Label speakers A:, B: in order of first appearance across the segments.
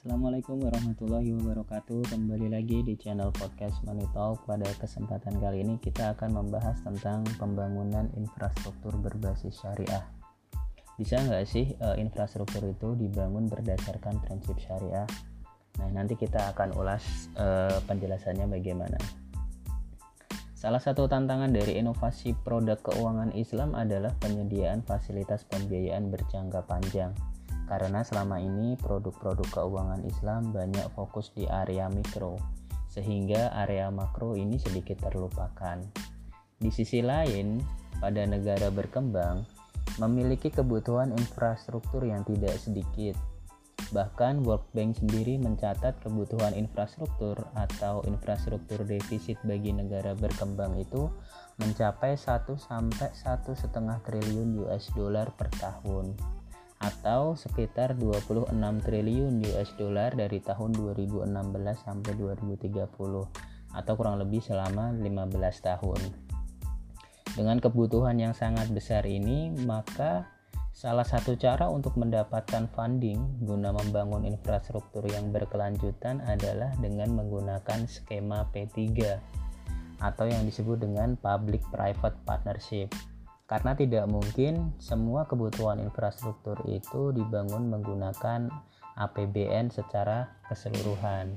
A: Assalamualaikum warahmatullahi wabarakatuh. Kembali lagi di channel podcast Money Talk. Pada kesempatan kali ini kita akan membahas tentang pembangunan infrastruktur berbasis syariah. Bisa nggak sih infrastruktur itu dibangun berdasarkan prinsip syariah? Nah, nanti kita akan ulas penjelasannya bagaimana. Salah satu tantangan dari inovasi produk keuangan Islam adalah penyediaan fasilitas pembiayaan berjangka panjang. Karena selama ini produk-produk keuangan Islam banyak fokus di area mikro, sehingga area makro ini sedikit terlupakan. Di sisi lain, pada negara berkembang memiliki kebutuhan infrastruktur yang tidak sedikit. Bahkan World Bank sendiri mencatat kebutuhan infrastruktur atau infrastruktur defisit bagi negara berkembang itu mencapai 1 sampai 1,5 triliun US dollar per tahun, atau sekitar 26 triliun US dollar dari tahun 2016 sampai 2030, atau kurang lebih selama 15 tahun. Dengan kebutuhan yang sangat besar ini, maka salah satu cara untuk mendapatkan funding guna membangun infrastruktur yang berkelanjutan adalah dengan menggunakan skema P3 atau yang disebut dengan Public Private Partnership. Karena tidak mungkin semua kebutuhan infrastruktur itu dibangun menggunakan APBN secara keseluruhan.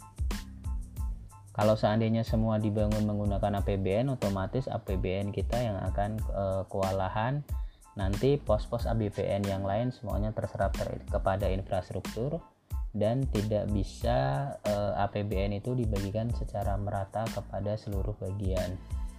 A: Kalau seandainya semua dibangun menggunakan APBN, otomatis APBN kita yang akan kewalahan. Nanti pos-pos APBN yang lain semuanya terserap kepada infrastruktur dan tidak bisa APBN itu dibagikan secara merata kepada seluruh bagian.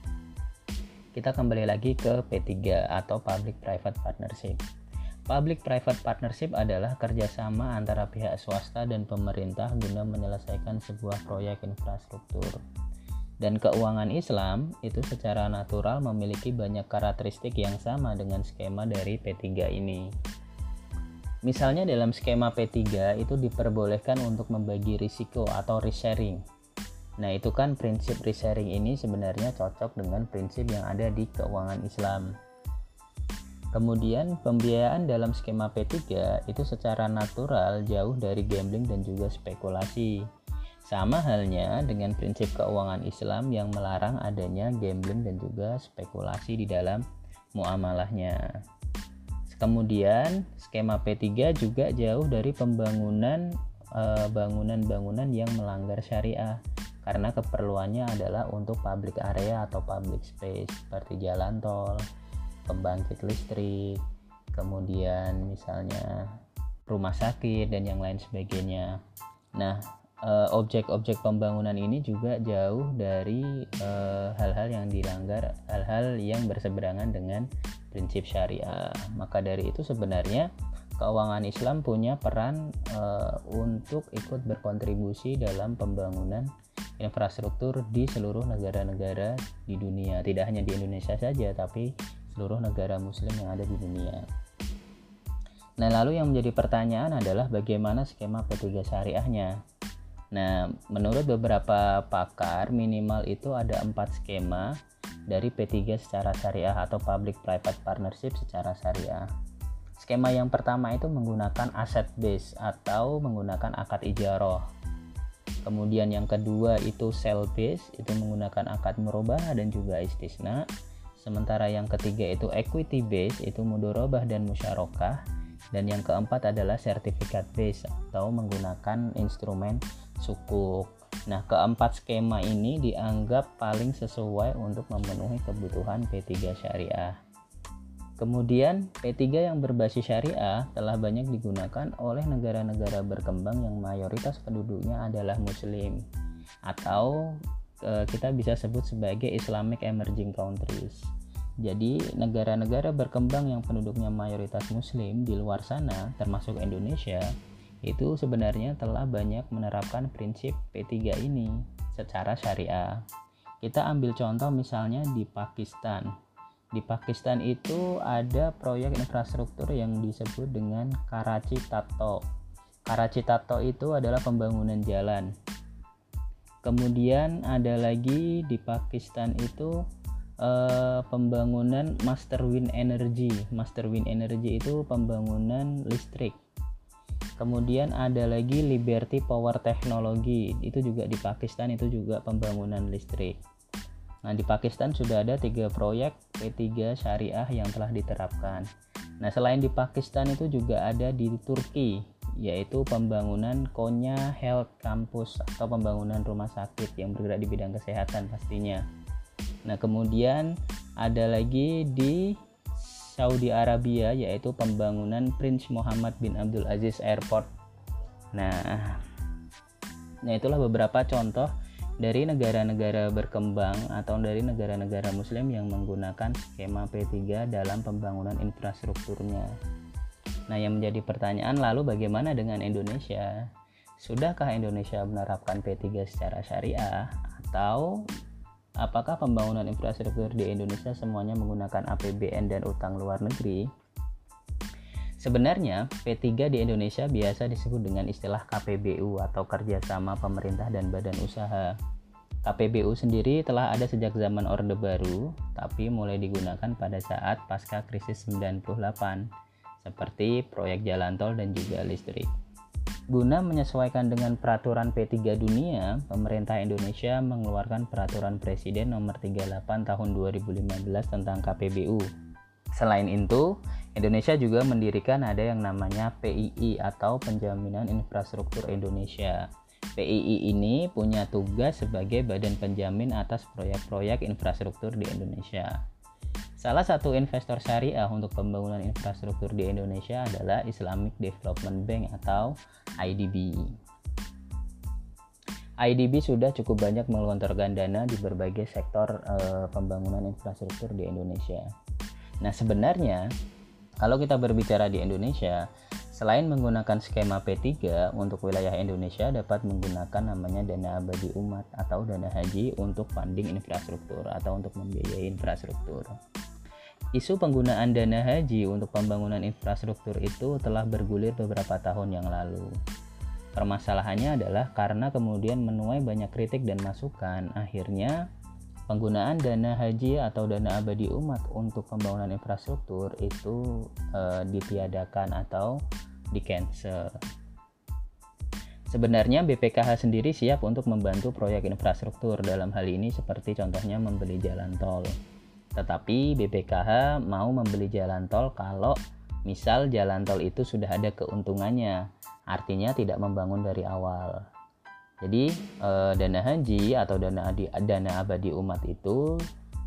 A: Kita kembali lagi ke P3 atau Public Private Partnership. Public Private Partnership adalah kerjasama antara pihak swasta dan pemerintah guna menyelesaikan sebuah proyek infrastruktur. Dan keuangan Islam itu secara natural memiliki banyak karakteristik yang sama dengan skema dari P3 ini. Misalnya dalam skema P3 itu diperbolehkan untuk membagi risiko atau risk sharing. Nah, itu kan prinsip risk sharing ini sebenarnya cocok dengan prinsip yang ada di keuangan Islam. Kemudian pembiayaan dalam skema P3 itu secara natural jauh dari gambling dan juga spekulasi. Sama halnya dengan prinsip keuangan Islam yang melarang adanya gambling dan juga spekulasi di dalam muamalahnya. Kemudian skema P3 juga jauh dari pembangunan bangunan-bangunan yang melanggar syariah, karena keperluannya adalah untuk public area atau public space seperti jalan tol, pembangkit listrik, kemudian misalnya rumah sakit dan yang lain sebagainya. Nah, objek-objek pembangunan ini juga jauh dari hal-hal yang dilanggar, hal-hal yang berseberangan dengan prinsip syariah. Maka dari itu sebenarnya keuangan Islam punya peran untuk ikut berkontribusi dalam pembangunan infrastruktur di seluruh negara-negara di dunia. Tidak hanya di Indonesia saja, tapi seluruh negara muslim yang ada di dunia. Nah, lalu yang menjadi pertanyaan adalah bagaimana skema P3 syariahnya? Nah, menurut beberapa pakar, minimal itu ada 4 skema dari P3 secara syariah atau Public Private Partnership secara syariah. Skema yang pertama itu menggunakan asset base atau menggunakan akad ijarah. Kemudian yang kedua itu sell base, itu menggunakan akad murabah dan juga istisna. Sementara yang ketiga itu equity base, itu mudharabah dan musyarakah. Dan yang keempat adalah certificate base atau menggunakan instrumen sukuk. Nah, keempat skema ini dianggap paling sesuai untuk memenuhi kebutuhan P3 syariah. Kemudian P3 yang berbasis syariah telah banyak digunakan oleh negara-negara berkembang yang mayoritas penduduknya adalah muslim, atau kita bisa sebut sebagai Islamic Emerging Countries. Jadi negara-negara berkembang yang penduduknya mayoritas muslim di luar sana, termasuk Indonesia, itu sebenarnya telah banyak menerapkan prinsip P3 ini secara syariah. Kita ambil contoh misalnya di Pakistan. Di Pakistan itu ada proyek infrastruktur yang disebut dengan Karachi Tato. Karachi Tato itu adalah pembangunan jalan. Kemudian ada lagi di Pakistan itu pembangunan Master Wind Energy. Master Wind Energy itu pembangunan listrik. Kemudian ada lagi Liberty Power Technology, itu juga di Pakistan, itu juga pembangunan listrik. Nah, di Pakistan sudah ada 3 proyek P3 syariah yang telah diterapkan. Nah, selain di Pakistan itu juga ada di Turki, yaitu pembangunan Konya Health Campus atau pembangunan rumah sakit yang bergerak di bidang kesehatan pastinya. Nah, kemudian ada lagi di Saudi Arabia, yaitu pembangunan Prince Muhammad bin Abdul Aziz Airport. Nah itulah beberapa contoh dari negara-negara berkembang atau dari negara-negara muslim yang menggunakan skema P3 dalam pembangunan infrastrukturnya. Nah, yang menjadi pertanyaan, lalu bagaimana dengan Indonesia? Sudahkah Indonesia menerapkan P3 secara syariah, atau apakah pembangunan infrastruktur di Indonesia semuanya menggunakan APBN dan utang luar negeri? Sebenarnya P3 di Indonesia biasa disebut dengan istilah KPBU atau Kerjasama Pemerintah dan Badan Usaha. KPBU sendiri telah ada sejak zaman Orde Baru, tapi mulai digunakan pada saat pasca krisis 98, seperti proyek jalan tol dan juga listrik. Guna menyesuaikan dengan peraturan P3 dunia, pemerintah Indonesia mengeluarkan peraturan Presiden nomor 38 tahun 2015 tentang KPBU. Selain itu, Indonesia juga mendirikan ada yang namanya PII atau Penjaminan Infrastruktur Indonesia. PII ini punya tugas sebagai badan penjamin atas proyek-proyek infrastruktur di Indonesia. Salah satu investor syariah untuk pembangunan infrastruktur di Indonesia adalah Islamic Development Bank atau IDB. IDB sudah cukup banyak menggelontorkan dana di berbagai sektor pembangunan infrastruktur di Indonesia. Nah, sebenarnya kalau kita berbicara di Indonesia, selain menggunakan skema P3, untuk wilayah Indonesia dapat menggunakan namanya dana abadi umat atau dana haji untuk funding infrastruktur atau untuk membiayai infrastruktur. Isu penggunaan dana haji untuk pembangunan infrastruktur itu telah bergulir beberapa tahun yang lalu. Permasalahannya adalah karena kemudian menuai banyak kritik dan masukan, akhirnya penggunaan dana haji atau dana abadi umat untuk pembangunan infrastruktur itu ditiadakan atau di-cancel. Sebenarnya BPKH sendiri siap untuk membantu proyek infrastruktur, dalam hal ini seperti contohnya membeli jalan tol. Tetapi BPKH mau membeli jalan tol kalau misal jalan tol itu sudah ada keuntungannya, artinya tidak membangun dari awal. Jadi dana haji atau dana abadi umat itu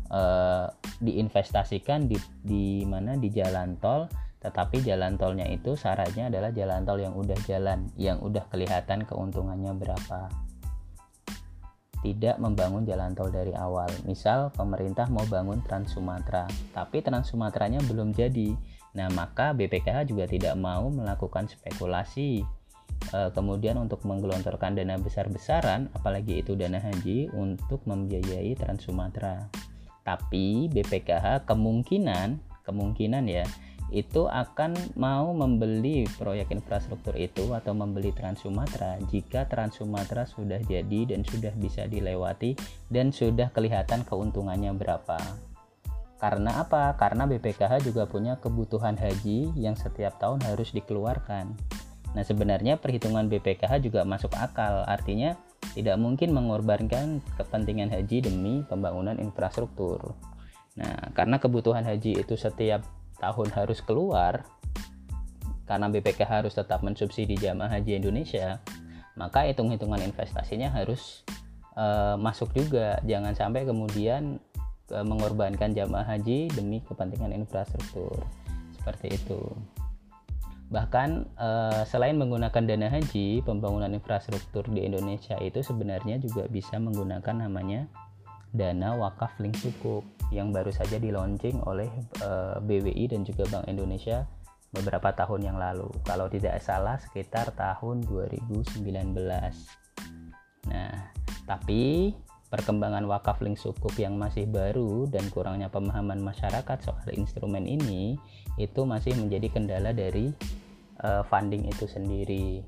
A: diinvestasikan di mana, di jalan tol, tetapi jalan tolnya itu syaratnya adalah jalan tol yang udah jalan, yang udah kelihatan keuntungannya berapa. Tidak membangun jalan tol dari awal. Misal pemerintah mau bangun Trans Sumatera, tapi Trans Sumateranya belum jadi. Nah, maka BPKH juga tidak mau melakukan spekulasi kemudian untuk menggelontorkan dana besar-besaran, apalagi itu dana haji, untuk membiayai Trans Sumatera. Tapi BPKH kemungkinan ya, itu akan mau membeli proyek infrastruktur itu atau membeli Trans Sumatera jika Trans Sumatera sudah jadi dan sudah bisa dilewati dan sudah kelihatan keuntungannya berapa. Karena apa? Karena BPKH juga punya kebutuhan haji yang setiap tahun harus dikeluarkan. Nah, sebenarnya perhitungan BPKH juga masuk akal, artinya tidak mungkin mengorbankan kepentingan haji demi pembangunan infrastruktur. Nah, karena kebutuhan haji itu setiap tahun harus keluar, karena BPKH harus tetap mensubsidi jamaah haji Indonesia, maka hitung-hitungan investasinya harus masuk juga. Jangan sampai kemudian mengorbankan jamaah haji demi kepentingan infrastruktur. Seperti itu. Bahkan selain menggunakan dana haji, pembangunan infrastruktur di Indonesia itu sebenarnya juga bisa menggunakan namanya dana wakaf link sukuk yang baru saja di-launching oleh BWI dan juga Bank Indonesia beberapa tahun yang lalu. Kalau tidak salah sekitar tahun 2019. Nah, tapi perkembangan wakaf link sukuk yang masih baru dan kurangnya pemahaman masyarakat soal instrumen ini itu masih menjadi kendala dari funding itu sendiri.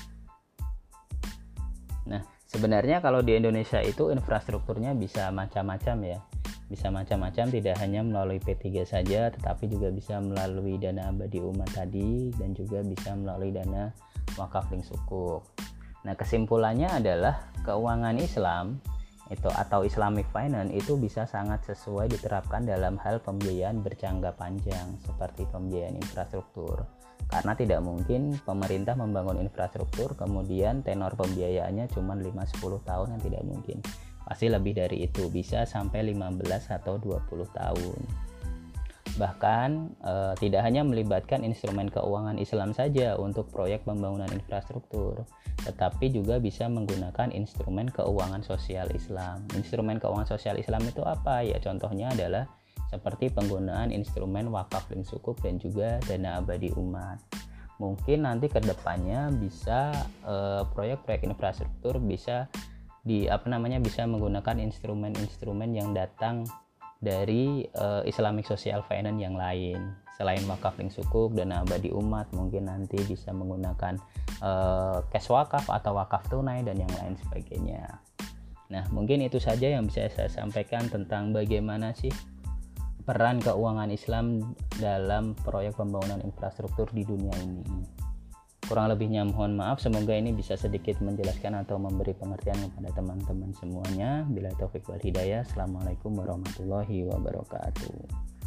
A: Nah, sebenarnya kalau di Indonesia itu infrastrukturnya bisa macam-macam ya. Bisa macam-macam, tidak hanya melalui P3 saja, tetapi juga bisa melalui dana abadi umat tadi dan juga bisa melalui dana wakaf link sukuk. Nah, kesimpulannya adalah keuangan Islam itu atau Islamic Finance itu bisa sangat sesuai diterapkan dalam hal pembiayaan berjangka panjang seperti pembiayaan infrastruktur. Karena tidak mungkin pemerintah membangun infrastruktur kemudian tenor pembiayaannya cuma 5-10 tahun, yang tidak mungkin. Pasti lebih dari itu, bisa sampai 15 atau 20 tahun. Bahkan tidak hanya melibatkan instrumen keuangan Islam saja untuk proyek pembangunan infrastruktur, tetapi juga bisa menggunakan instrumen keuangan sosial Islam. Instrumen keuangan sosial Islam itu apa? Ya contohnya adalah seperti penggunaan instrumen wakaf link sukuk dan juga dana abadi umat. Mungkin nanti ke depannya bisa proyek-proyek infrastruktur bisa bisa menggunakan instrumen-instrumen yang datang dari Islamic Social Finance yang lain. Selain wakaf link sukuk, dana abadi umat, mungkin nanti bisa menggunakan cash wakaf atau wakaf tunai dan yang lain sebagainya. Nah, mungkin itu saja yang bisa saya sampaikan tentang bagaimana sih peran keuangan Islam dalam proyek pembangunan infrastruktur di dunia ini. Kurang lebihnya mohon maaf, semoga ini bisa sedikit menjelaskan atau memberi pengertian kepada teman-teman semuanya. Bila taufik wal hidayah, assalamualaikum warahmatullahi wabarakatuh.